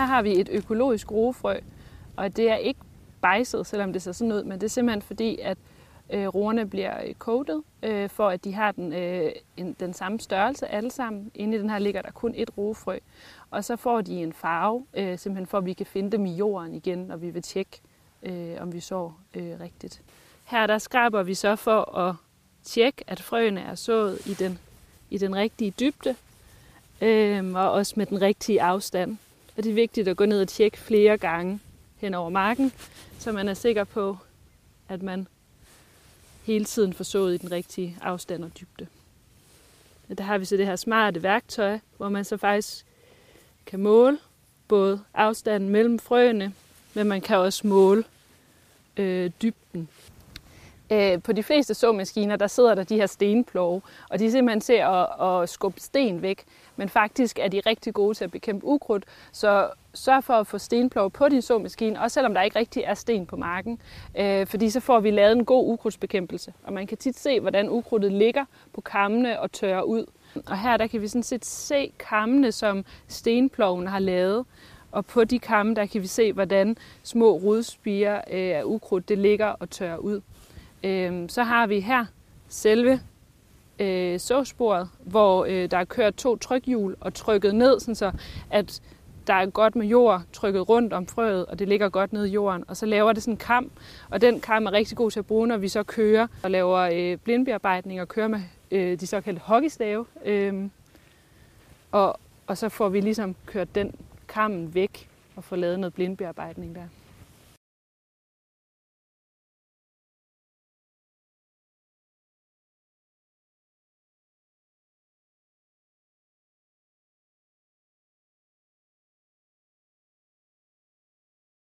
har vi et økologisk roefrø, og det er ikke bejset, selvom det ser sådan ud, men det er simpelthen fordi, at roerne bliver coated, for at de har den samme størrelse alle sammen. Inde i den her ligger der kun et roefrø, og så får de en farve, simpelthen for at vi kan finde dem i jorden igen, når vi vil tjekke, om vi sår rigtigt. Her der skraber vi så for at tjekke, at frøene er sået i den rigtige dybde, og også med den rigtige afstand. Og det er vigtigt at gå ned og tjekke flere gange hen over marken, så man er sikker på, at man hele tiden får sået i den rigtige afstand og dybde. Der har vi så det her smarte værktøj, hvor man så faktisk kan måle både afstanden mellem frøene, men man kan også måle dybden. På de fleste såmaskiner, der sidder der de her stenploge, og de er simpelthen til at skubbe sten væk, men faktisk er de rigtig gode til at bekæmpe ukrudt, så sørg for at få stenplove på din såmaskine, også selvom der ikke rigtig er sten på marken, fordi så får vi lavet en god ukrudtsbekæmpelse, og man kan tit se, hvordan ukrudtet ligger på kammene og tørrer ud. Og her der kan vi sådan set se kammene, som stenploven har lavet, og på de kamme, der kan vi se, hvordan små rodspirer af ukrudt det ligger og tørrer ud. Så har vi her selve såsporet, hvor der er kørt 2 trykhjul og trykket ned, sådan så at der er godt med jord trykket rundt om frøet, og det ligger godt ned i jorden. Og så laver det sådan en kam, og den kam er rigtig god til at bruge, når vi så kører og laver blindbearbejdning og kører med de såkaldte hockeystave. Og så får vi ligesom kørt den kammen væk og får lavet noget blindbearbejdning der.